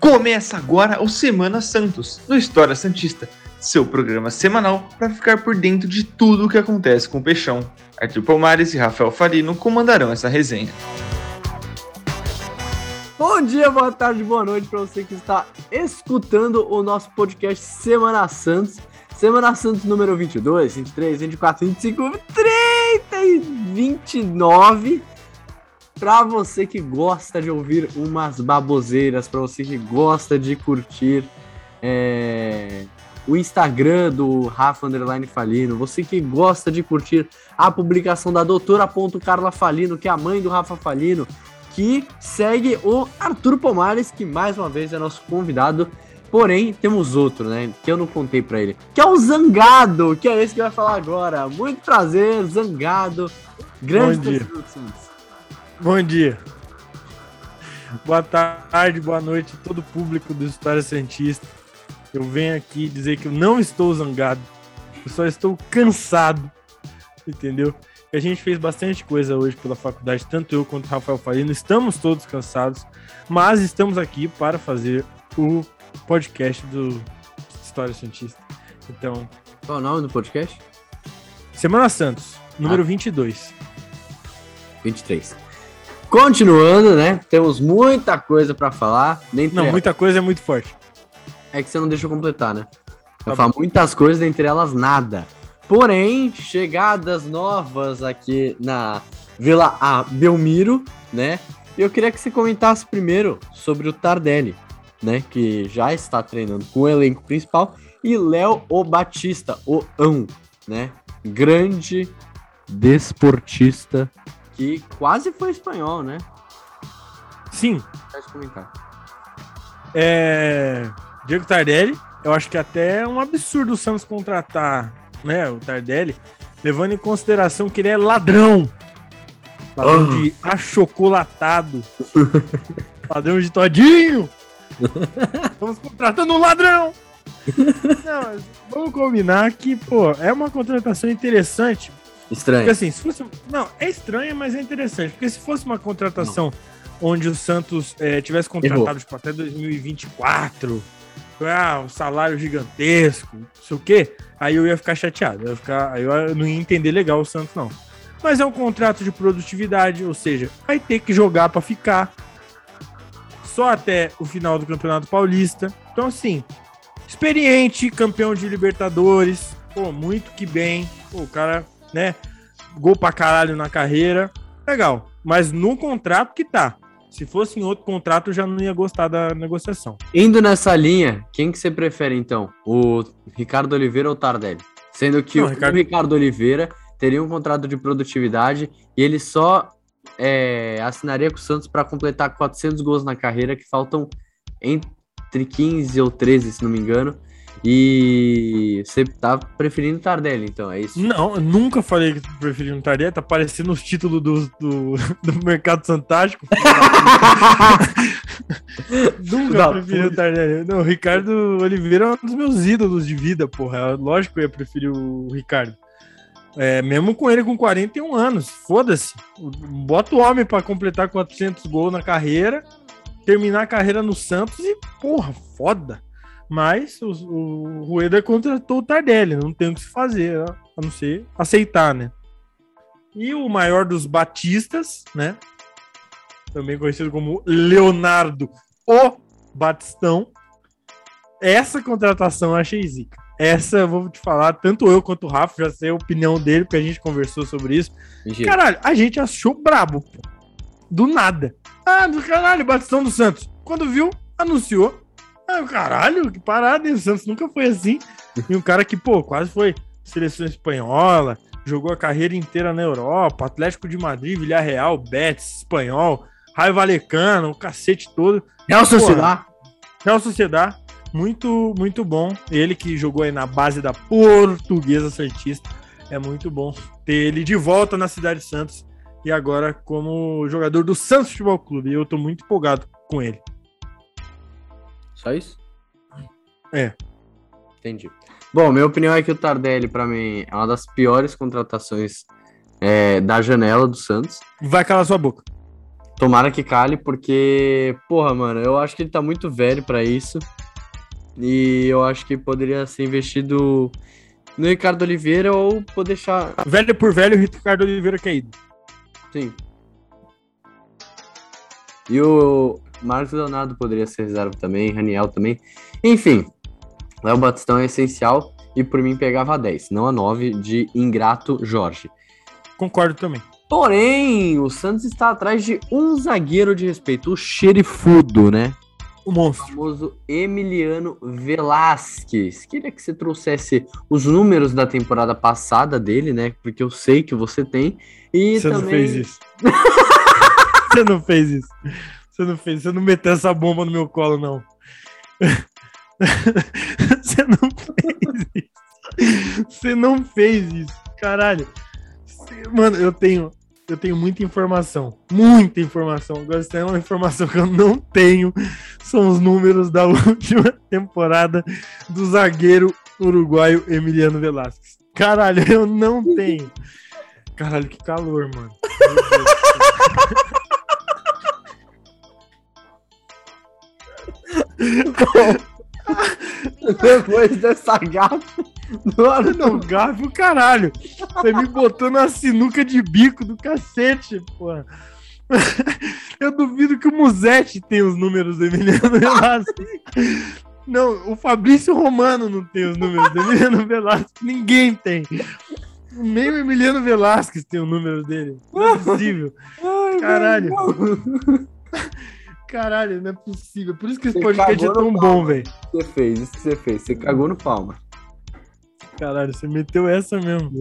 Começa agora o Semana Santos, no História Santista, seu programa semanal para ficar por dentro de tudo o que acontece com o Peixão. Arthur Palmares e Rafael Farino comandarão essa resenha. Bom dia, boa tarde, boa noite para você que está escutando o nosso podcast Semana Santos. Semana Santos número 22, 23, 24, 25, 30 e 29. Para você que gosta de ouvir umas baboseiras, para você que gosta de curtir o Instagram do Rafa Falino, você que gosta de curtir a publicação da doutora Carla Falino, que é a mãe do Rafa Falino, que segue o Arthur Palmares, que mais uma vez é nosso convidado. Porém, temos outro, né, que eu não contei pra ele, que é o Zangado, que é esse que vai falar agora. Muito prazer, Zangado, grande torcedor do Santos. Bom dia. Boa tarde, boa noite a todo o público do História Santista. Eu venho aqui dizer que eu não estou zangado, eu só estou cansado, entendeu? A gente fez bastante coisa hoje pela faculdade, tanto eu quanto o Rafael Farino, estamos todos cansados, mas estamos aqui para fazer o podcast do História Santista. Então, qual é o nome do podcast? Semana Santos, número 22. 23. Continuando, né? Temos muita coisa pra falar. Muita coisa é muito forte. É que você não deixa eu completar, né? Eu falo muitas coisas, dentre elas nada. Porém, chegadas novas aqui na Vila Belmiro, né? E eu queria que você comentasse primeiro sobre o Tardelli, né? Que já está treinando com o elenco principal. E Léo O Batista, o Ão, né? Grande desportista que quase foi espanhol, né? Sim. Pode comentar. Diego Tardelli, eu acho que até é um absurdo o Santos contratar, né, o Tardelli, levando em consideração que ele é ladrão de achocolatado, ladrão de todinho. Estamos contratando um ladrão. Não, mas vamos combinar que, pô, é uma contratação interessante. Estranho. Porque assim, se fosse... Não, é estranha, mas é interessante. Porque se fosse uma contratação onde o Santos tivesse contratado tipo, até 2024, um salário gigantesco, não sei o quê, aí eu ia ficar chateado. Aí eu não ia entender legal o Santos, não. Mas é um contrato de produtividade, ou seja, vai ter que jogar pra ficar só até o final do Campeonato Paulista. Então, assim, experiente, campeão de Libertadores, pô, muito que bem. Pô, o cara, né, gol pra caralho na carreira, legal. Mas no contrato que tá. Se fosse em outro contrato, eu já não ia gostar da negociação. Indo nessa linha, quem que você prefere, então? O Ricardo Oliveira ou o Tardelli? Sendo que o Ricardo Oliveira teria um contrato de produtividade e ele só assinaria com o Santos para completar 400 gols na carreira, que faltam entre 15 ou 13, se não me engano. E você tá preferindo o Tardelli, então, é isso? Não, eu nunca falei que preferi o Tardelli, tá parecendo os títulos do Mercado Fantástico. Nunca preferi o Tardelli. Não, o Ricardo Oliveira é um dos meus ídolos de vida, porra. Lógico que eu ia preferir o Ricardo. Mesmo com ele com 41 anos, foda-se. Bota o homem pra completar 400 gols na carreira, terminar a carreira no Santos e, porra, foda. Mas o Rueda contratou o Tardelli, não tem o que se fazer, a não ser aceitar, né? E o maior dos Batistas, né? Também conhecido como Leonardo o Batistão. Essa contratação eu achei zica. Essa eu vou te falar, tanto eu quanto o Rafa, já sei a opinião dele, porque a gente conversou sobre isso. Mentira. Caralho, a gente achou brabo, pô. Do nada. Do caralho, Batistão do Santos. Quando viu, anunciou. Caralho, que parada, hein? O Santos nunca foi assim. E um cara que, pô, quase foi seleção espanhola, jogou a carreira inteira na Europa, Atlético de Madrid, Villarreal, Betis, Espanhol, Raio Vallecano, o cacete todo. Real Sociedad. Muito, muito bom. Ele que jogou aí na base da Portuguesa Santista. É muito bom ter ele de volta na cidade de Santos e agora como jogador do Santos Futebol Clube. E eu tô muito empolgado com ele. Só isso? É. Entendi. Bom, minha opinião é que o Tardelli, pra mim, é uma das piores contratações da janela do Santos. Vai calar sua boca. Tomara que cale, porque, porra, mano, eu acho que ele tá muito velho pra isso. E eu acho que poderia ser investido no Ricardo Oliveira ou poder deixar. Velho por velho, o Ricardo Oliveira caído. Sim. E o Marcos Leonardo poderia ser reserva também, Raniel também. Enfim, Léo Batistão é essencial e por mim pegava a 10, não a 9 de Ingrato Jorge. Concordo também. Porém, o Santos está atrás de um zagueiro de respeito, o xerifudo, né? O O monstro. famoso Emiliano Velasquez. Queria que você trouxesse os números da temporada passada dele, né? Porque eu sei que você tem. E Você também... não fez isso. Você não fez isso. Você não fez. Você não meteu essa bomba no meu colo, não. Você não fez isso. Você não fez isso. Caralho. Mano, eu tenho muita informação. Muita informação. Agora, se tem uma informação que eu não tenho, são os números da última temporada do zagueiro uruguaio Emiliano Velasquez. Caralho, eu não tenho. Caralho, que calor, mano. Meu Deus do Depois dessa gafa, céu. Não, gafe, caralho. Você me botou na sinuca de bico do cacete, porra. Eu duvido que o Musetti tenha os números do Emiliano Velasquez. Não, o Fabrício Romano não tem os números do Emiliano Velasquez. Ninguém tem. Nem o Emiliano Velasquez tem o número dele. Não é possível. Caralho. Caralho, não é possível. Por isso que esse Você podcast é cagou tão no bom, pau. velho. você fez, isso que você fez. Você cagou no palma. Caralho, você meteu essa mesmo.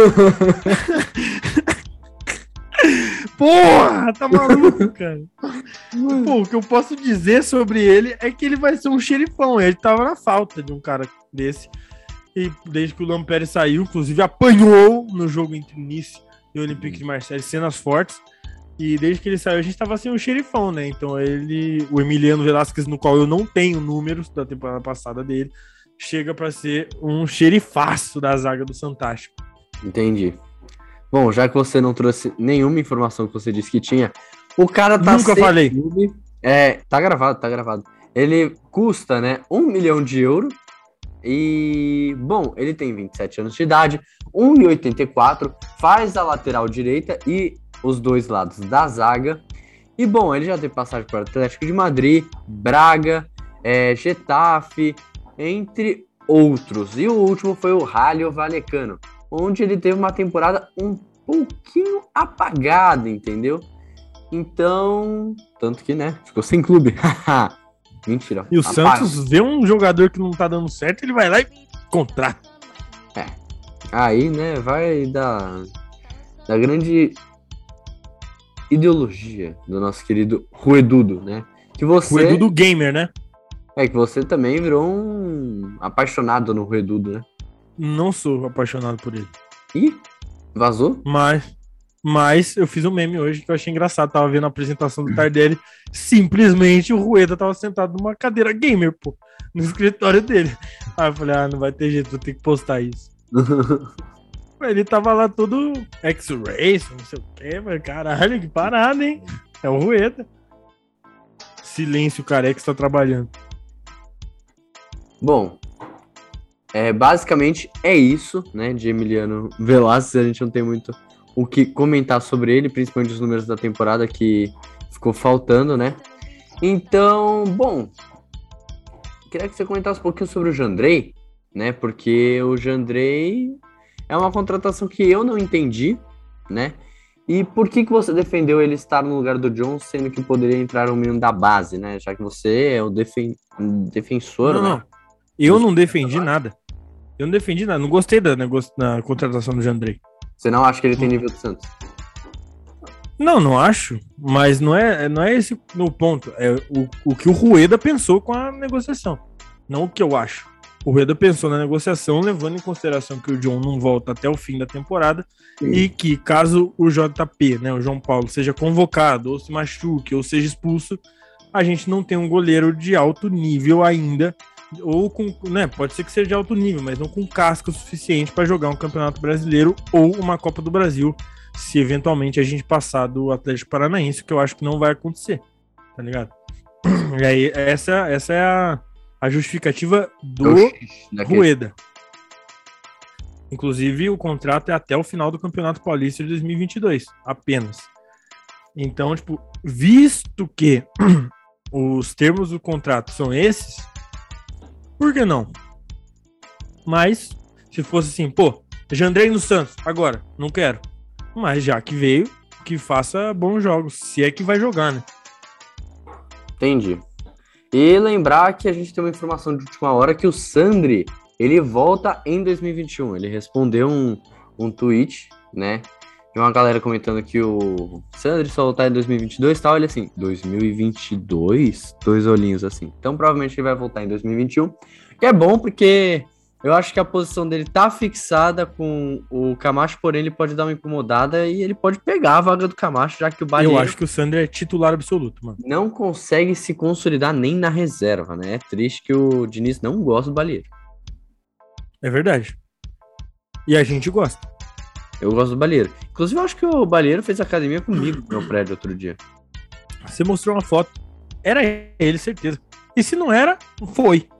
Porra, tá maluco, cara. Pô, o que eu posso dizer sobre ele é que ele vai ser um xerifão. Ele tava na falta de um cara desse. E desde que o Lampere saiu, inclusive apanhou no jogo entre Nice e o Olympique de Marseille, cenas fortes. E desde que ele saiu, a gente tava sem um xerifão, né? Então ele, o Emiliano Velasquez, no qual eu não tenho números da temporada passada dele, chega pra ser um xerifaço da zaga do Fantástico. Entendi. Bom, já que você não trouxe nenhuma informação que você disse que tinha, o cara tá Nunca sem falei. clube. Tá gravado. Ele custa, né, 1 milhão de euros. E, bom, ele tem 27 anos de idade, 1,84, faz a lateral direita e os dois lados da zaga. E, bom, ele já teve passagem para o Atlético de Madrid, Braga, Getafe, entre outros. E o último foi o Rayo Vallecano, onde ele teve uma temporada um pouquinho apagada, entendeu? Então, tanto que, né, ficou sem clube. Mentira. E o Apaga. Santos vê um jogador que não tá dando certo, ele vai lá e contrata. Aí, né, vai da grande ideologia do nosso querido Ruedudo, né? Que você... Ruedudo gamer, né? que você também virou um apaixonado no Ruedudo, né? Não sou apaixonado por ele. Ih, vazou? Mas eu fiz um meme hoje que eu achei engraçado. Tava vendo a apresentação do Tardelli. Simplesmente o Rueda tava sentado numa cadeira gamer, pô, no escritório dele. Aí eu falei, não vai ter jeito, vou ter que postar isso. Ele tava lá todo X-Race, não sei o que, mas caralho, que parada, hein? É o Rueda. Silêncio, careca, está trabalhando. Bom, basicamente é isso, né, de Emiliano Velasquez. A gente não tem muito o que comentar sobre ele, principalmente os números da temporada que ficou faltando, né? Então, bom, queria que você comentasse um pouquinho sobre o Jandrei, né? Porque o Jandrei é uma contratação que eu não entendi, né? E por que você defendeu ele estar no lugar do John, sendo que poderia entrar um menino da base, né? Já que você é o defensor, né? Não. Eu não defendi nada. Não gostei da contratação do Jandrei. Você não acha que ele tem nível do Santos? Não acho, mas não é esse o ponto. É o que o Rueda pensou com a negociação, não o que eu acho. O Rueda pensou na negociação, levando em consideração que o John não volta até o fim da temporada. Sim. E que caso o JP, né, o João Paulo, seja convocado, ou se machuque, ou seja expulso, a gente não tem um goleiro de alto nível ainda, ou com, né, pode ser que seja de alto nível, mas não com casca o suficiente para jogar um Campeonato Brasileiro ou uma Copa do Brasil, se eventualmente a gente passar do Atlético Paranaense, que eu acho que não vai acontecer, tá ligado? E aí, essa é a justificativa do Rueda. Inclusive, o contrato é até o final do Campeonato Paulista de 2022, apenas. Então, tipo, visto que os termos do contrato são esses, por que não? Mas, se fosse assim, pô, Jandrei no Santos, agora, não quero. Mas já que veio, que faça bons jogos, se é que vai jogar, né? Entendi. E lembrar que a gente tem uma informação de última hora que o Sandri, ele volta em 2021. Ele respondeu um tweet, né? De uma galera comentando que o Sandri só voltar em 2022 e tal. Ele assim, 2022? Dois olhinhos assim. Então provavelmente ele vai voltar em 2021. Que é bom porque eu acho que a posição dele tá fixada com o Camacho, porém ele pode dar uma incomodada e ele pode pegar a vaga do Camacho, já que o Balieiro... Eu acho que o Sandri é titular absoluto, mano. Não consegue se consolidar nem na reserva, né? É triste que o Diniz não gosta do Balieiro. É verdade. E a gente gosta. Eu gosto do Balieiro. Inclusive, eu acho que o Balieiro fez academia comigo no meu prédio outro dia. Você mostrou uma foto. Era ele, certeza. E se não era, foi.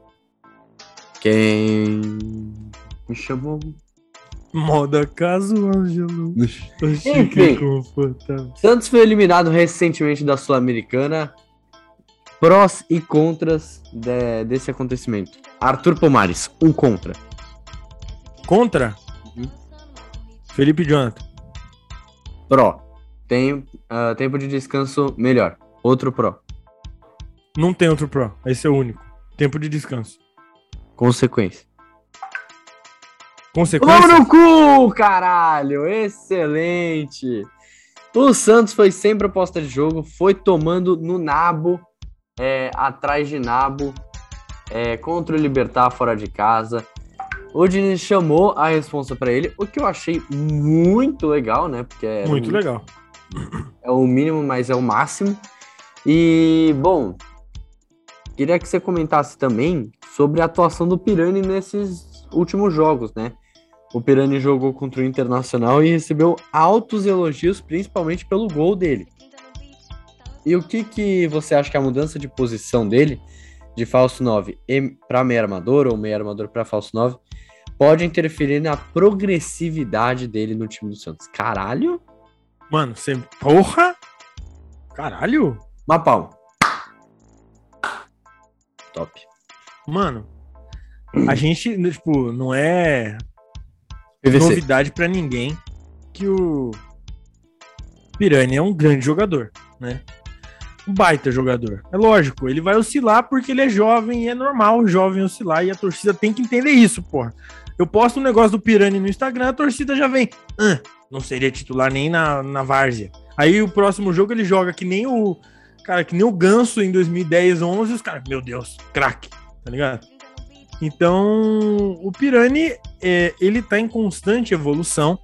Quem me chamou? Moda casual, Gelo. Enfim, Santos foi eliminado recentemente da Sul-Americana. Prós e contras desse acontecimento. Arthur Pomares, um contra. Contra? Felipe Jonathan. Pró. Tempo de descanso melhor. Outro pró. Não tem outro pró. Esse é o único. Tempo de descanso. Consequência. Consequência? Vamos no cu, caralho! Excelente! O Santos foi sem proposta de jogo, foi tomando no nabo, atrás de nabo, contra o Libertad fora de casa. O Diniz chamou a responsa pra ele, o que eu achei muito legal, né? Porque muito legal. É o mínimo, mas é o máximo. E, bom, queria que você comentasse também sobre a atuação do Pirani nesses últimos jogos, né? O Pirani jogou contra o Internacional e recebeu altos elogios, principalmente pelo gol dele. E o que você acha que a mudança de posição dele, de falso 9 para meio armador, ou meio armador para falso 9, pode interferir na progressividade dele no time do Santos? Caralho! Mano, você... Porra! Caralho! Uma palma. Top. Mano, a gente, tipo, não é PVC. Novidade pra ninguém que o Pirani é um grande jogador, né? Um baita jogador. É lógico, ele vai oscilar porque ele é jovem e é normal o jovem oscilar e a torcida tem que entender isso, porra. Eu posto um negócio do Pirani no Instagram, a torcida já vem, não seria titular nem na várzea. Aí o próximo jogo ele joga que nem o Ganso em 2010, 11, os caras, meu Deus, craque, tá ligado? Então, o Pirani, ele tá em constante evolução.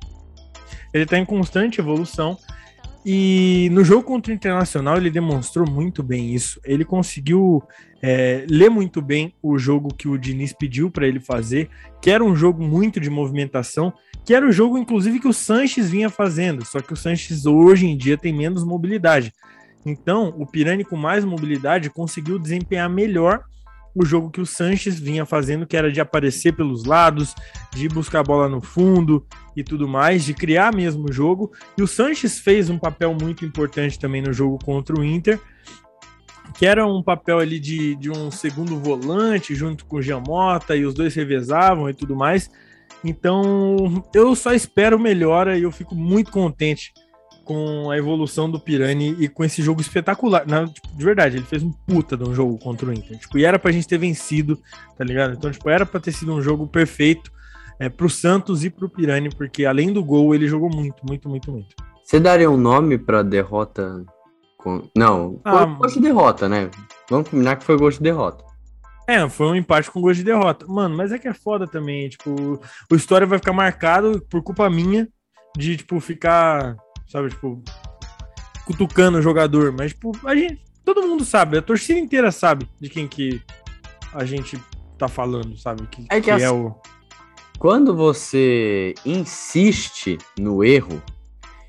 E no jogo contra o Internacional ele demonstrou muito bem isso. Ele conseguiu ler muito bem o jogo que o Diniz pediu para ele fazer, que era um jogo muito de movimentação, que era o jogo, inclusive, que o Sanches vinha fazendo, só que o Sanches hoje em dia tem menos mobilidade. Então, o Pirani com mais mobilidade conseguiu desempenhar melhor o jogo que o Sanches vinha fazendo, que era de aparecer pelos lados, de buscar a bola no fundo e tudo mais, de criar mesmo o jogo. E o Sanches fez um papel muito importante também no jogo contra o Inter, que era um papel ali de um segundo volante, junto com o Giamota, e os dois revezavam e tudo mais. Então, eu só espero melhora e eu fico muito contente com a evolução do Pirani e com esse jogo espetacular. Não, tipo, de verdade, ele fez um puta de um jogo contra o Inter. Tipo, e era pra gente ter vencido, tá ligado? Então, tipo, era pra ter sido um jogo perfeito pro Santos e pro Pirani, porque além do gol, ele jogou muito, muito, muito, muito. Você daria um nome pra derrota? Não, foi gosto de derrota, né? Vamos combinar que foi gosto de derrota. Foi um empate com gosto de derrota. Mano, mas é que é foda também, tipo, o História vai ficar marcado por culpa minha de, tipo, ficar... sabe, tipo, cutucando o jogador, mas, tipo, todo mundo sabe, a torcida inteira sabe de quem que a gente tá falando, sabe, que é o... Quando você insiste no erro,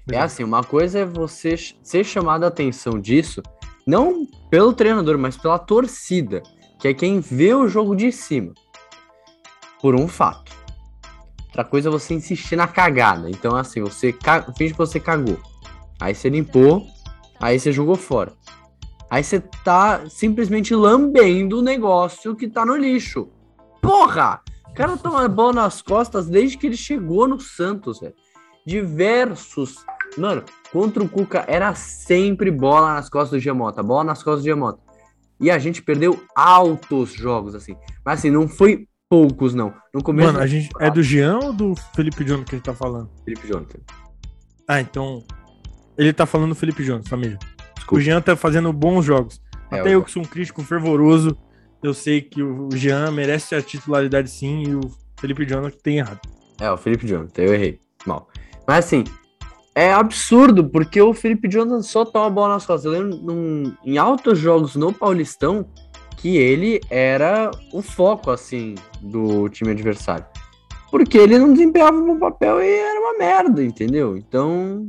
É assim, uma coisa é você ser chamado a atenção disso, não pelo treinador, mas pela torcida, que é quem vê o jogo de cima, por um fato. Outra coisa é você insistir na cagada. Então, assim, você finge que você cagou. Aí você limpou, aí você jogou fora. Aí você tá simplesmente lambendo o negócio que tá no lixo. Porra! O cara toma bola nas costas desde que ele chegou no Santos, velho. Diversos. Mano, contra o Cuca era sempre bola nas costas do Giamota. Bola nas costas do Giamota. E a gente perdeu altos jogos, assim. Mas assim, não foi poucos, não. No começo. Mano, a gente é do Jean ou do Felipe Jonathan que a gente tá falando? Felipe Jonathan. Ah, então. Ele tá falando do Felipe Jonathan, família. Desculpa. O Jean tá fazendo bons jogos. Até eu que sou um crítico fervoroso, eu sei que o Jean merece a titularidade sim e o Felipe Jonathan tem errado. O Felipe Jonathan, eu errei. Mal. Mas assim, é absurdo, porque o Felipe Jonathan só toma a bola nas costas. Eu lembro em altos jogos no Paulistão que ele era o foco, assim, do time adversário. Porque ele não desempenhava um bom papel e era uma merda, entendeu? Então,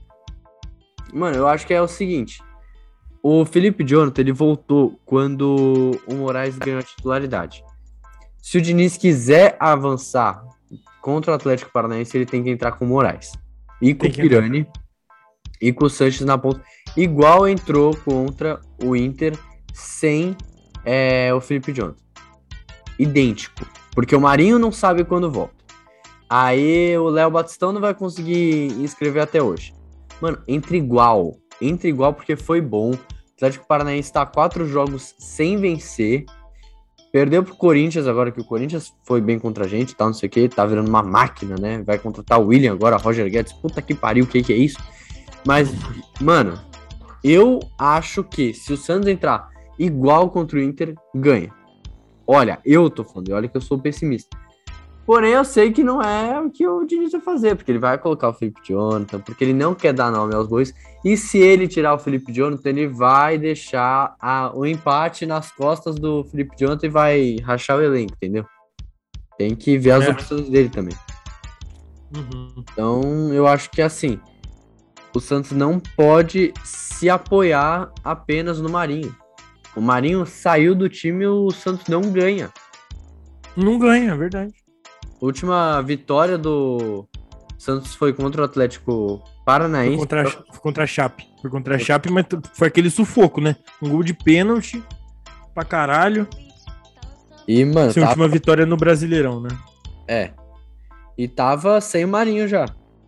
mano, eu acho que é o seguinte. O Felipe Jonathan, ele voltou quando o Moraes ganhou a titularidade. Se o Diniz quiser avançar contra o Atlético Paranaense, ele tem que entrar com o Moraes. E com o Pirani. E com o Sanches na ponta. Igual entrou contra o Inter sem o Felipe Jonathan. Idêntico. Porque o Marinho não sabe quando volta. Aí o Léo Batistão não vai conseguir inscrever até hoje. Mano, entre igual. Entre igual porque foi bom. O Atlético Paranaense tá 4 jogos sem vencer. Perdeu pro Corinthians agora, que o Corinthians foi bem contra a gente, tá, não sei o que, tá virando uma máquina, né? Vai contratar o William agora, Roger Guedes. Puta que pariu, o que é isso? Mas, mano, eu acho que se o Santos entrar igual contra o Inter, ganha. Olha, eu tô falando, olha que eu sou pessimista. Porém, eu sei que não é o que o Diniz vai fazer, porque ele vai colocar o Felipe Jonathan, porque ele não quer dar nome aos bois. E se ele tirar o Felipe Jonathan, ele vai deixar o empate nas costas do Felipe Jonathan e vai rachar o elenco, entendeu? Tem que ver as opções dele também. Uhum. Então, eu acho que assim, o Santos não pode se apoiar apenas no Marinho. O Marinho saiu do time e o Santos não ganha. Não ganha, é verdade. A última vitória do Santos foi contra o Atlético Paranaense. Foi contra a Chape. Foi contra a Chape, mas foi aquele sufoco, né? Um gol de pênalti pra caralho. E, mano, essa última vitória no Brasileirão, né? É. E tava sem o Marinho já.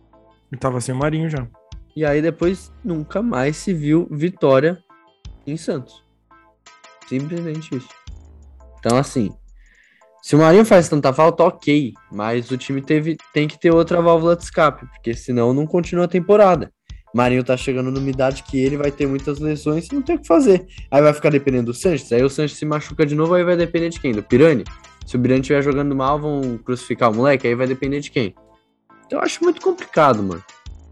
E aí depois nunca mais se viu vitória em Santos. Simplesmente isso. Então, assim, se o Marinho faz tanta falta, ok. Mas o time tem que ter outra válvula de escape, porque senão não continua a temporada. O Marinho tá chegando numa idade que ele vai ter muitas lesões e não tem o que fazer. Aí vai ficar dependendo do Sanches, aí o Sanches se machuca de novo, aí vai depender de quem? Do Pirani? Se o Pirani estiver jogando mal, vão crucificar o moleque, aí vai depender de quem? Então eu acho muito complicado, mano.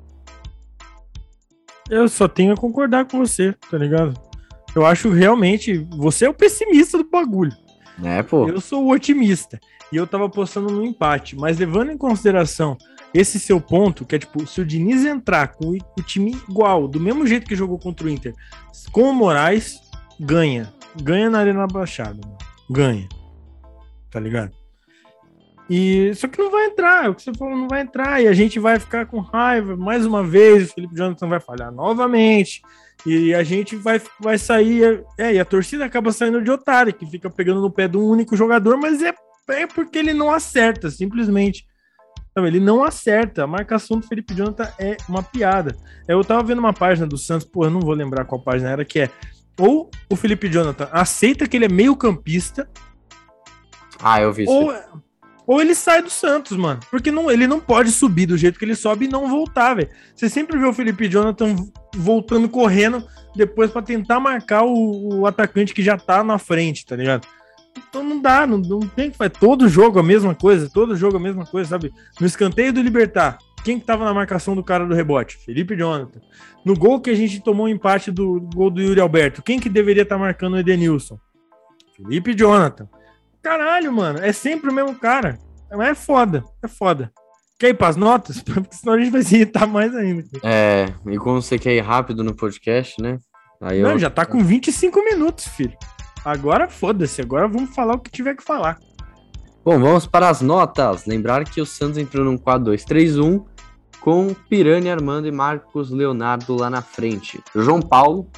Eu só tenho a concordar com você, tá ligado? Eu acho realmente... Você é o pessimista do bagulho. Pô. Eu sou o otimista. E eu tava apostando no empate. Mas levando em consideração esse seu ponto, que é tipo, se o Diniz entrar com o time igual, do mesmo jeito que jogou contra o Inter, com o Moraes, ganha. Ganha na Arena Baixada. Mano. Ganha. Tá ligado? E só que não vai entrar, é o que você falou, não vai entrar. E a gente vai ficar com raiva mais uma vez. O Felipe Jonathan vai falhar novamente. E a gente vai sair. E a torcida acaba saindo de otário, que fica pegando no pé de um único jogador, mas é porque ele não acerta, simplesmente. Ele não acerta. A marcação do Felipe Jonathan é uma piada. Eu tava vendo uma página do Santos, eu não vou lembrar qual página era, que é: ou o Felipe Jonathan aceita que ele é meio campista. Eu vi isso. Ou ele sai do Santos, mano. Porque ele não pode subir do jeito que ele sobe e não voltar, velho. Você sempre vê o Felipe Jonathan voltando, correndo, depois pra tentar marcar o atacante que já tá na frente, tá ligado? Então não dá, não tem que fazer. Todo jogo a mesma coisa, sabe? No escanteio do Libertad, quem que tava na marcação do cara do rebote? Felipe Jonathan. No gol que a gente tomou o empate do gol do Yuri Alberto, quem que deveria estar marcando o Edenilson? Felipe Jonathan. Caralho, mano, é sempre o mesmo cara. Mas é foda. Quer ir pras notas? Porque senão a gente vai se irritar mais ainda. E como você quer ir rápido no podcast, né? Aí Não, já tá com 25 minutos, filho. Agora foda-se, agora vamos falar o que tiver que falar. Bom, vamos para as notas. Lembrar que o Santos entrou num 4-2-3-1 com Pirani, Armando e Marcos Leonardo lá na frente. João Paulo.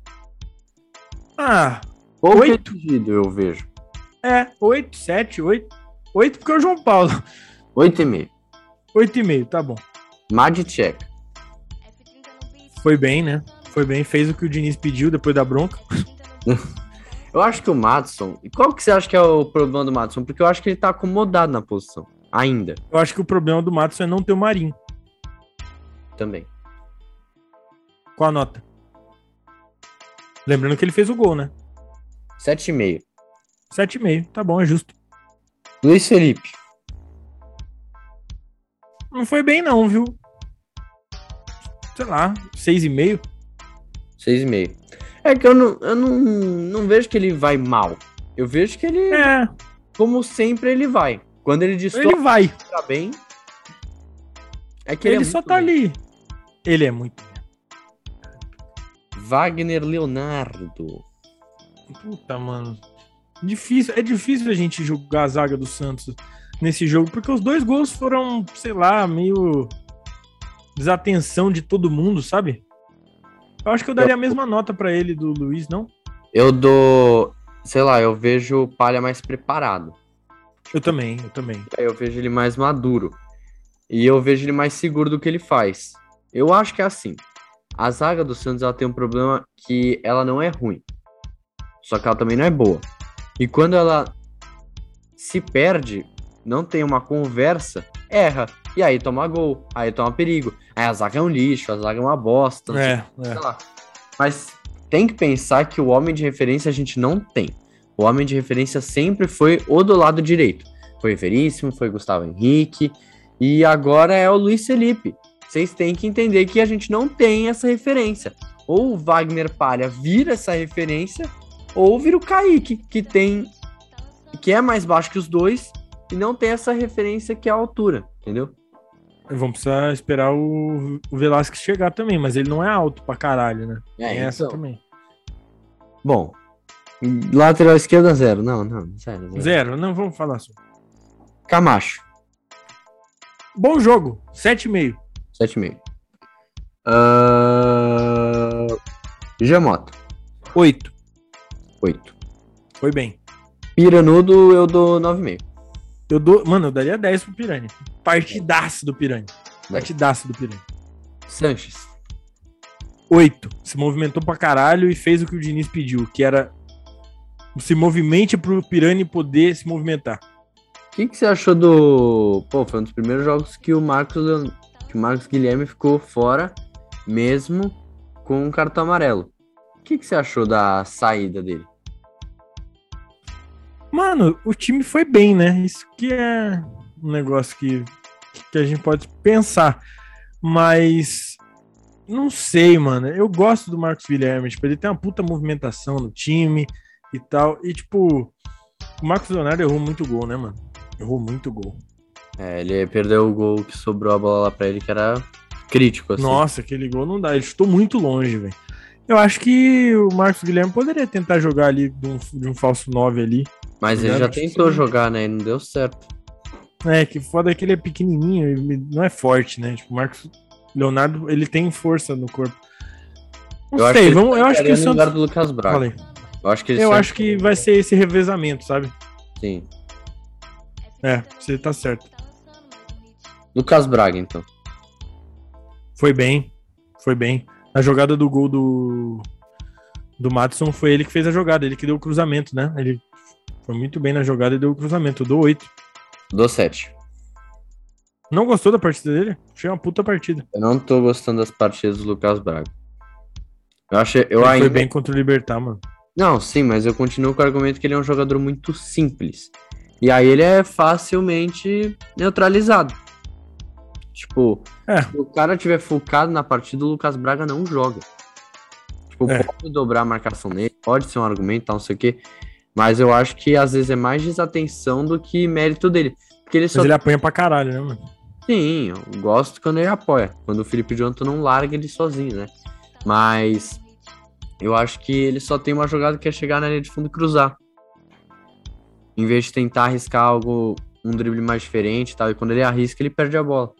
Pouco 8. exigido, eu vejo. 8, 7, 8. 8 porque é o João Paulo. 8,5. 8,5, tá bom. Madicek. Foi bem, né? Foi bem, fez o que o Diniz pediu depois da bronca. Eu acho que o Maddison... E qual que você acha que é o problema do Maddison? Porque eu acho que ele tá acomodado na posição. Ainda. Eu acho que o problema do Maddison é não ter o Marinho. Também. Qual a nota? Lembrando que ele fez o gol, né? 7,5. 7,5, tá bom, é justo. Luiz Felipe. Não foi bem não, viu? Sei lá, 6,5. 6,5. É que eu não vejo que ele vai mal. Eu vejo que ele, como sempre, ele vai. Quando ele ele vai. Tá bem. É que ele só tá bem ali. Ele é muito. Wagner Leonardo. Puta, mano. É difícil a gente julgar a zaga do Santos nesse jogo, porque os 2 gols foram, sei lá, meio desatenção de todo mundo, sabe? Eu acho que eu daria a mesma nota pra ele do Luiz, não? Eu dou, sei lá, eu vejo o Palha mais preparado. Eu também. Eu vejo ele mais maduro. E eu vejo ele mais seguro do que ele faz. Eu acho que é assim. A zaga do Santos, ela tem um problema que ela não é ruim. Só que ela também não é boa. E quando ela se perde, não tem uma conversa, erra. E aí toma gol, aí toma perigo. Aí a zaga é um lixo, a zaga é uma bosta. Sei lá. Mas tem que pensar que o homem de referência a gente não tem. O homem de referência sempre foi o do lado direito. Foi Veríssimo, foi Gustavo Henrique. E agora é o Luiz Felipe. Vocês têm que entender que a gente não tem essa referência. Ou o Wagner Palha vira essa referência, ou vira o Kaique, que é mais baixo que os dois e não tem essa referência que é a altura, entendeu? Vamos precisar esperar o Velasquez chegar também, mas ele não é alto pra caralho, né? Tem essa também. Bom, lateral esquerda, 0. Não, sério. 0, não vamos falar sobre. Camacho. Bom jogo, 7,5. 7,5. Giamotto. 8. 8. Foi bem. Piranudo, eu dou 9,5. Mano, eu daria 10 pro Pirani. Partidaço do Pirani. Sanches. 8. Se movimentou pra caralho e fez o que o Diniz pediu, que era se movimente pro Pirani poder se movimentar. O que você achou do... Pô, foi um dos primeiros jogos que o Marcos Guilherme ficou fora, mesmo com um cartão amarelo. O que você achou da saída dele? Mano, o time foi bem, né? Isso que é um negócio que a gente pode pensar. Mas não sei, mano. Eu gosto do Marcos Guilherme. Tipo, ele tem uma puta movimentação no time e tal. E, tipo, o Marcos Leonardo errou muito gol, né, mano? Errou muito gol. Ele perdeu o gol que sobrou a bola lá pra ele, que era crítico, assim. Nossa, aquele gol não dá. Ele chutou muito longe, velho. Eu acho que o Marcos Guilherme poderia tentar jogar ali de um falso 9 ali. Mas ele já tentou jogar, né? E não deu certo. Que foda é que ele é pequenininho, ele não é forte, né? Tipo, o Marcos Leonardo, ele tem força no corpo. Não sei, eu acho que o Santos... lugar do Lucas Braga. Falei. Eu acho que vai ser esse revezamento, sabe? Sim. Você tá certo. Lucas Braga, então. Foi bem. A jogada do gol do Maddison foi ele que fez a jogada, ele que deu o cruzamento, né? Ele foi muito bem na jogada e deu o cruzamento. Eu dou 8. Dou 7. Não gostou da partida dele? Achei uma puta partida. Eu não tô gostando das partidas do Lucas Braga. Ele foi bem contra o Libertad, mano. Não, sim, mas eu continuo com o argumento que ele é um jogador muito simples. E aí ele é facilmente neutralizado. Tipo, se o cara tiver focado na partida, o Lucas Braga não joga. Tipo, pode dobrar a marcação nele, pode ser um argumento, tal, não sei o quê. Mas eu acho que às vezes é mais desatenção do que mérito dele. Porque ele Mas ele apanha pra caralho, né, mano? Sim, eu gosto quando ele apoia. Quando o Felipe Jonathan não larga ele sozinho, né? Mas eu acho que ele só tem uma jogada que é chegar na linha de fundo e cruzar. Em vez de tentar arriscar algo, um drible mais diferente e tal. E quando ele arrisca, ele perde a bola.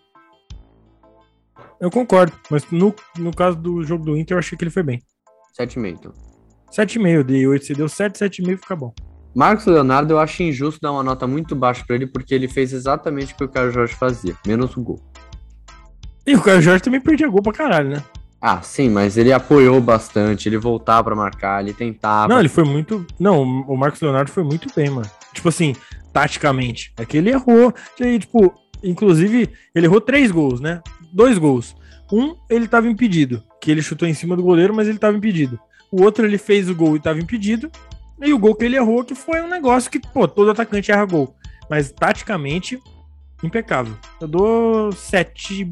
Eu concordo, mas no caso do jogo do Inter, eu achei que ele foi bem. 7,5, então. 7,5, de 8, você deu 7, 7,5, fica bom. Marcos Leonardo, eu acho injusto dar uma nota muito baixa pra ele, porque ele fez exatamente o que o Caio Jorge fazia, menos o gol. E o Caio Jorge também perdia gol pra caralho, né? Ah, sim, mas ele apoiou bastante, ele voltava pra marcar, ele tentava. Não, ele foi muito... Não, o Marcos Leonardo foi muito bem, mano. Tipo assim, taticamente. É que ele errou. E, tipo, inclusive, ele errou 3 gols, né? 2 gols. Um, ele tava impedido, que ele chutou em cima do goleiro, mas ele tava impedido. O outro, ele fez o gol e tava impedido. E o gol que ele errou, que foi um negócio que, pô, todo atacante erra gol. Mas, taticamente, impecável. Eu dou 7,5.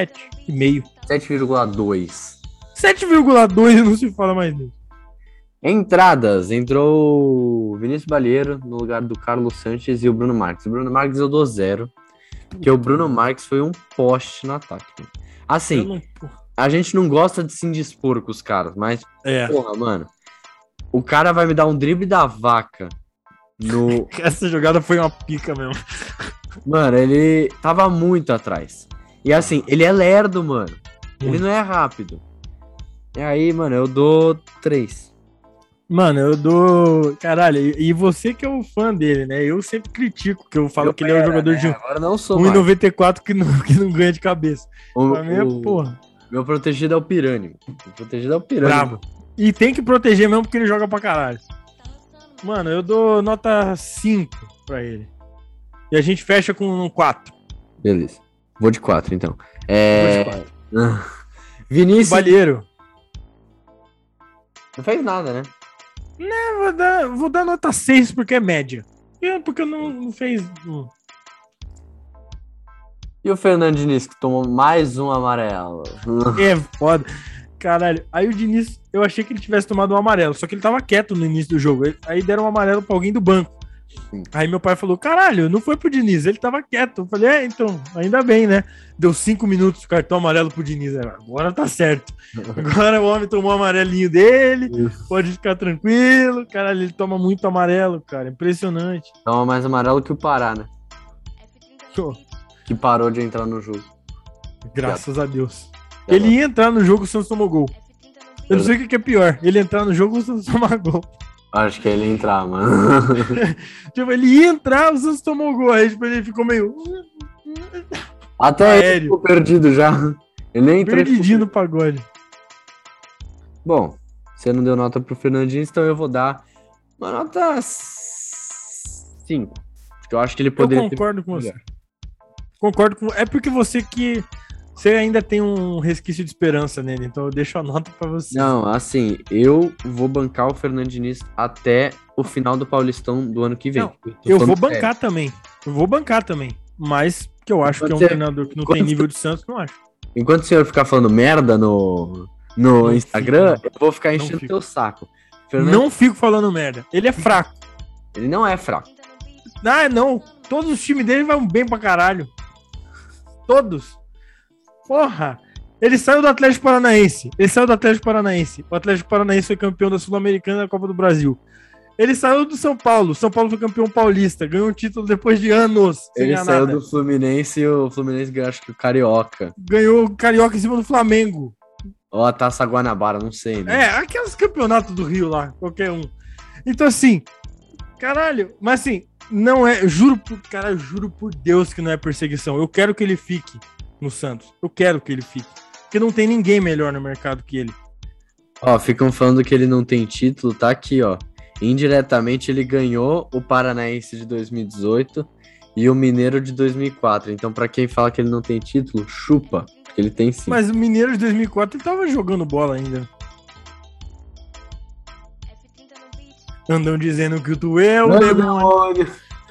7,2. 7,2 não se fala mais nisso. Entradas, entrou o Vinícius Balieiro no lugar do Carlos Sanches e o Bruno Marques. O Bruno Marques eu dou 0, porque o Bruno Marques foi um poste no ataque. Assim, a gente não gosta de se indispor com os caras, mas, porra, mano, o cara vai me dar um drible da vaca no... Essa jogada foi uma pica mesmo. Mano, ele tava muito atrás. E assim, ele é lerdo, mano. Ele não é rápido. E aí, mano, eu dou 3. Mano, eu dou... Caralho, e você que é o fã dele, né? Eu sempre critico, que eu falo que ele é um jogador de agora não sou 1,94 que não ganha de cabeça. Pra mim é porra. Meu protegido é o Pirani. Meu protegido é o Pirani. Bravo. E tem que proteger mesmo porque ele joga pra caralho. Mano, eu dou nota 5 pra ele. E a gente fecha com um 4. Beleza. Vou de 4, então. Vou de 4. Vinícius... Balieiro. Não fez nada, né? Vou dar nota 6 porque é média. Porque não fez... E o Fernando Diniz, que tomou mais um amarelo. É foda. Caralho. Aí o Diniz, eu achei que ele tivesse tomado um amarelo, só que ele tava quieto no início do jogo. Aí deram um amarelo pra alguém do banco. Sim. Aí meu pai falou, caralho, não foi pro Diniz, ele tava quieto. Eu falei, então, ainda bem, né? Deu 5 minutos de cartão amarelo pro Diniz. Agora tá certo. Agora o homem tomou o amarelinho dele, pode ficar tranquilo. Caralho, ele toma muito amarelo, cara. Impressionante. Toma mais amarelo que o Pará, né? Que parou de entrar no jogo. Graças a Deus. Ele ia entrar no jogo, o Santos tomou gol. Eu não sei o que é pior, ele entrar no jogo ou o Santos tomar gol. Acho que ele ia entrar, mano. Tipo, ele ia entrar, o Santos tomou gol. Aí tipo, ele ficou meio... Até ele ficou perdido já. Ele nem entrou. Perdidinho no pagode. Bom, você não deu nota pro Fernandinho, então eu vou dar uma nota 5. Porque eu acho que ele poderia... Eu concordo com você. Concordo com... É porque você ainda tem um resquício de esperança nele, então eu deixo a nota pra você. Não, assim, eu vou bancar o Fernando Diniz até o final do Paulistão do ano que vem. Não, eu vou bancar também. Eu vou bancar também. Mas que eu acho que é um treinador que não tem nível de Santos, não acho. Enquanto o senhor ficar falando merda no Instagram, eu vou ficar enchendo teu saco. Não fico falando merda. Ele é fraco. Ele não é fraco. Ah, não. Todos os times dele vão bem pra caralho. Todos. Porra, ele saiu do Atlético Paranaense. O Atlético Paranaense foi campeão da Sul-Americana e da Copa do Brasil. Ele saiu do São Paulo. São Paulo foi campeão paulista. Ganhou um título depois de anos. Ele saiu do Fluminense e o Fluminense ganhou, acho que o Carioca. Ganhou o Carioca em cima do Flamengo. Ou a Taça Guanabara, não sei, né? É, aqueles campeonatos do Rio lá, qualquer um. Então, assim, caralho, mas assim, não é. Juro por Deus que não é perseguição. Eu quero que ele fique no Santos. Eu quero que ele fique. Porque não tem ninguém melhor no mercado que ele. Ó, ficam falando que ele não tem título, tá aqui, ó. Indiretamente ele ganhou o Paranaense de 2018 e o Mineiro de 2004. Então, pra quem fala que ele não tem título, chupa, porque ele tem sim. Mas o Mineiro de 2004 ele tava jogando bola ainda. Andam dizendo que tu é o demônio.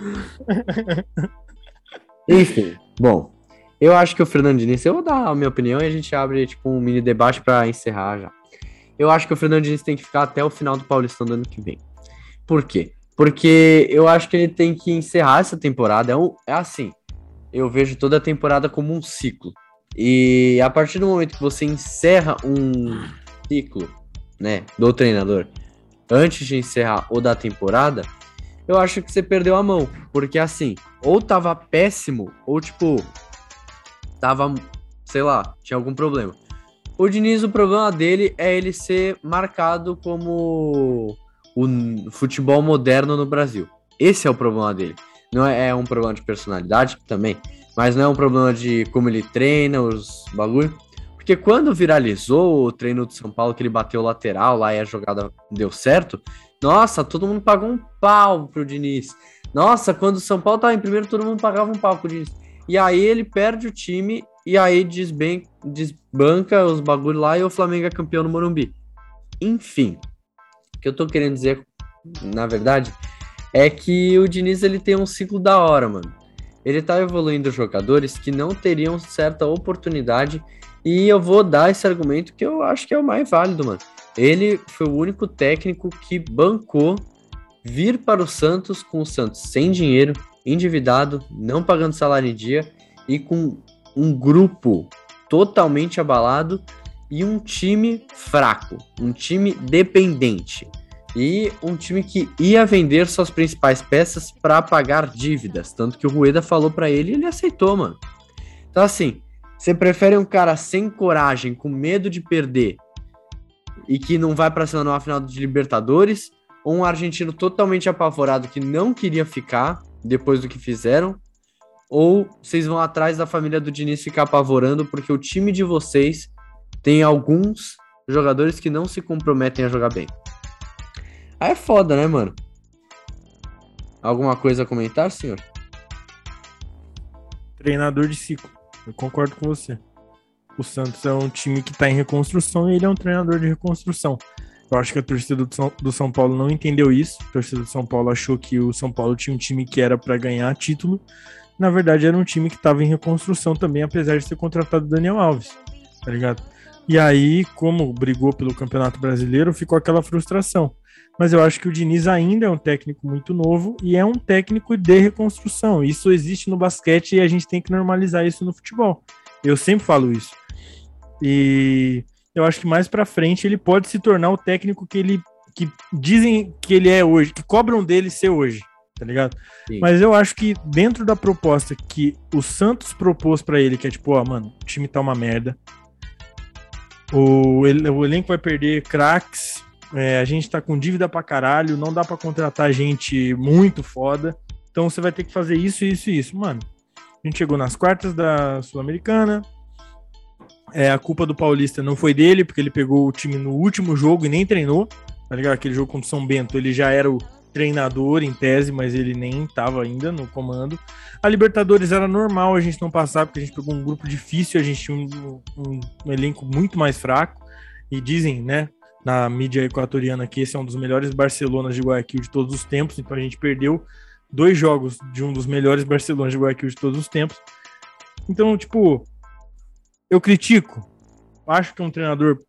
Enfim, bom. Eu acho que o Fernando Diniz, eu vou dar a minha opinião e a gente abre tipo um mini debate pra encerrar já. Eu acho que o Fernando Diniz tem que ficar até o final do Paulistão do ano que vem. Por quê? Porque eu acho que ele tem que encerrar essa temporada. É assim, eu vejo toda a temporada como um ciclo. E a partir do momento que você encerra um ciclo, né, do treinador, antes de encerrar o da temporada, eu acho que você perdeu a mão. Porque assim, ou tava péssimo, ou tipo, tava, sei lá, tinha algum problema. O Diniz, o problema dele é ele ser marcado como o futebol moderno no Brasil. Esse é o problema dele. Não é um problema de personalidade também, mas não é um problema de como ele treina, os bagulho. Porque quando viralizou o treino do São Paulo, que ele bateu lateral lá e a jogada deu certo, nossa, todo mundo pagou um pau pro Diniz. Nossa, quando o São Paulo tava em primeiro, todo mundo pagava um pau pro Diniz. E aí ele perde o time e aí desbanca os bagulho lá e o Flamengo é campeão no Morumbi. Enfim, o que eu tô querendo dizer, na verdade, é que o Diniz ele tem um ciclo da hora, mano. Ele tá evoluindo jogadores que não teriam certa oportunidade e eu vou dar esse argumento que eu acho que é o mais válido, mano. Ele foi o único técnico que bancou vir para o Santos com o Santos sem dinheiro, endividado, não pagando salário em dia e com um grupo totalmente abalado e um time fraco, um time dependente e um time que ia vender suas principais peças para pagar dívidas, tanto que o Rueda falou para ele e ele aceitou, mano. Então assim, você prefere um cara sem coragem, com medo de perder e que não vai para cima numa final de Libertadores, ou um argentino totalmente apavorado que não queria ficar depois do que fizeram, ou vocês vão atrás da família do Diniz ficar apavorando porque o time de vocês tem alguns jogadores que não se comprometem a jogar bem. Aí é foda, né, mano? Alguma coisa a comentar, senhor? Treinador de ciclo. Eu concordo com você. O Santos é um time que tá em reconstrução e ele é um treinador de reconstrução. Eu acho que a torcida do São Paulo não entendeu isso. A torcida do São Paulo achou que o São Paulo tinha um time que era para ganhar título. Na verdade, era um time que estava em reconstrução também, apesar de ter contratado o Daniel Alves, tá ligado? E aí, como brigou pelo Campeonato Brasileiro, ficou aquela frustração. Mas eu acho que o Diniz ainda é um técnico muito novo e é um técnico de reconstrução. Isso existe no basquete e a gente tem que normalizar isso no futebol. Eu sempre falo isso. E eu acho que mais pra frente ele pode se tornar o técnico que dizem que ele é hoje, que cobram dele ser hoje, tá ligado? Sim. Mas eu acho que dentro da proposta que o Santos propôs pra ele, que é tipo, ó, mano, o time tá uma merda, o elenco vai perder craques, a gente tá com dívida pra caralho, não dá pra contratar gente muito foda, então você vai ter que fazer isso, isso e isso. Mano, a gente chegou nas quartas da Sul-Americana, a culpa do Paulista não foi dele, porque ele pegou o time no último jogo e nem treinou, tá ligado? Aquele jogo contra o São Bento, ele já era o treinador em tese, mas ele nem tava ainda no comando. A Libertadores era normal a gente não passar, porque a gente pegou um grupo difícil, a gente tinha um elenco muito mais fraco, e dizem, né, na mídia equatoriana que esse é um dos melhores Barcelonas de Guayaquil de todos os tempos, então a gente perdeu 2 jogos de um dos melhores Barcelonas de Guayaquil de todos os tempos. Então, tipo, eu critico, acho que é um treinador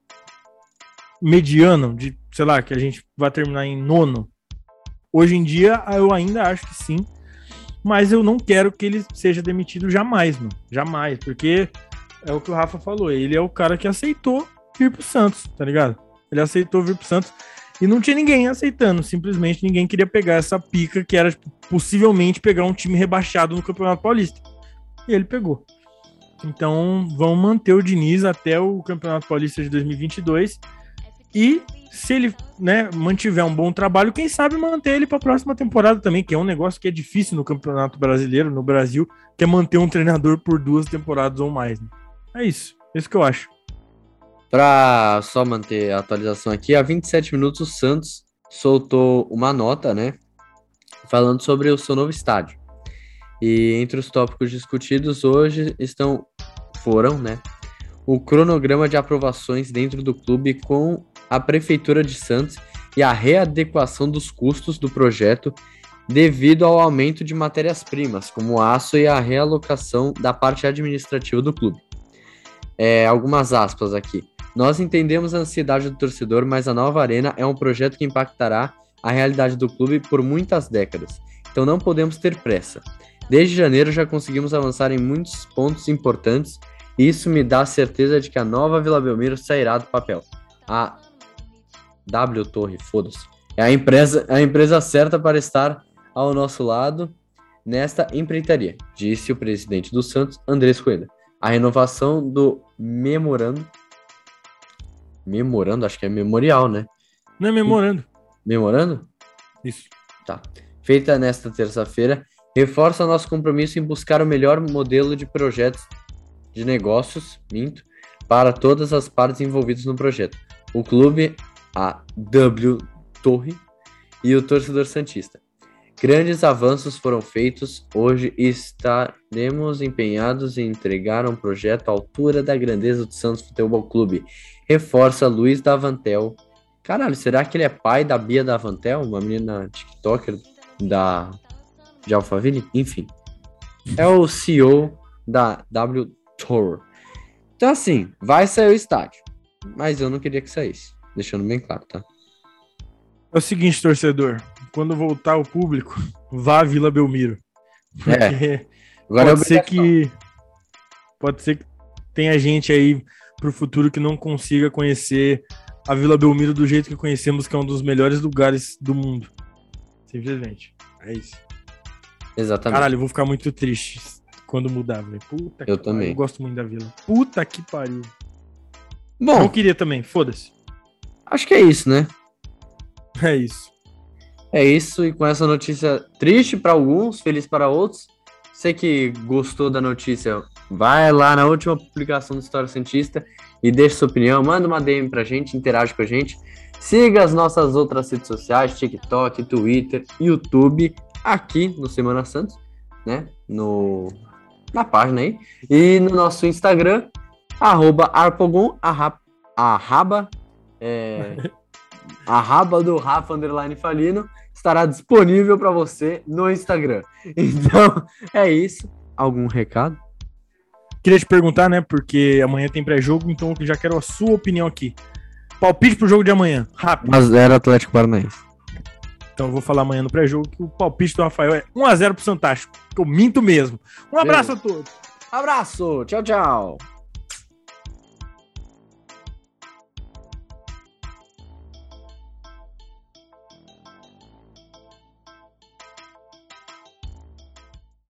mediano, de, sei lá, que a gente vai terminar em 9º. Hoje em dia, eu ainda acho que sim, mas eu não quero que ele seja demitido jamais, mano. Jamais, porque é o que o Rafa falou, ele é o cara que aceitou vir pro Santos, tá ligado? Ele aceitou vir pro Santos e não tinha ninguém aceitando, simplesmente ninguém queria pegar essa pica que era tipo, possivelmente pegar um time rebaixado no Campeonato Paulista. E ele pegou. Então, vão manter o Diniz até o Campeonato Paulista de 2022 e se ele, né, mantiver um bom trabalho, quem sabe manter ele para a próxima temporada também, que é um negócio que é difícil no Campeonato Brasileiro, no Brasil, que é manter um treinador por 2 temporadas ou mais. Né? É isso que eu acho. Para só manter a atualização aqui, há 27 minutos o Santos soltou uma nota, né, falando sobre o seu novo estádio. E entre os tópicos discutidos hoje foram, né, o cronograma de aprovações dentro do clube com a Prefeitura de Santos e a readequação dos custos do projeto devido ao aumento de matérias-primas, como aço e a realocação da parte administrativa do clube. Algumas aspas aqui. Nós entendemos a ansiedade do torcedor, mas a nova arena é um projeto que impactará a realidade do clube por muitas décadas. Então não podemos ter pressa. Desde janeiro já conseguimos avançar em muitos pontos importantes e isso me dá a certeza de que a nova Vila Belmiro sairá do papel. A W Torre, foda-se, é a empresa certa para estar ao nosso lado nesta empreitaria, disse o presidente do Santos, Andrés Rueda. A renovação do memorando, acho que é memorial, né? Não é memorando. Memorando? Isso. Tá. Feita nesta terça-feira, reforça nosso compromisso em buscar o melhor modelo de projetos de negócios, para todas as partes envolvidas no projeto. O clube, a W Torre e o torcedor santista. Grandes avanços foram feitos. Hoje estaremos empenhados em entregar um projeto à altura da grandeza do Santos Futebol Clube. Reforça Luiz Davantel. Caralho, será que ele é pai da Bia Davantel? Uma menina TikToker de Alphaville? Enfim. É o CEO da W Tour. Então assim, vai sair o estádio. Mas eu não queria que saísse. Deixando bem claro, tá? É o seguinte, torcedor. Quando voltar o público, vá à Vila Belmiro. Porque Agora pode ser que tenha gente aí pro futuro que não consiga conhecer a Vila Belmiro do jeito que conhecemos, que é um dos melhores lugares do mundo. Simplesmente. É isso. Exatamente. Caralho, eu vou ficar muito triste quando mudar, velho. Puta que Eu também. pariu. Eu gosto muito da Vila. Puta que pariu. Bom, Não queria também, foda-se. acho que é isso, né? É isso. É isso, e com essa notícia triste para alguns, feliz para outros. Você que gostou da notícia, vai lá na última publicação do História Santista e deixa sua opinião, manda uma DM pra gente, interage com a gente. Siga as nossas outras redes sociais, TikTok, Twitter, YouTube, aqui no Semana Santos, né? Na página aí. E no nosso Instagram, @arpogum, a raba do Rafa _Falino estará disponível para você no Instagram. Então, é isso. Algum recado? Queria te perguntar, né? Porque amanhã tem pré-jogo, então eu já quero a sua opinião aqui. Palpite pro jogo de amanhã, rápido. 1-0 Atlético Paranaense. Então eu vou falar amanhã no pré-jogo que o palpite do Rafael é 1-0 pro Fantástico. Que eu minto mesmo. Um abraço a todos. Abraço. Tchau, tchau.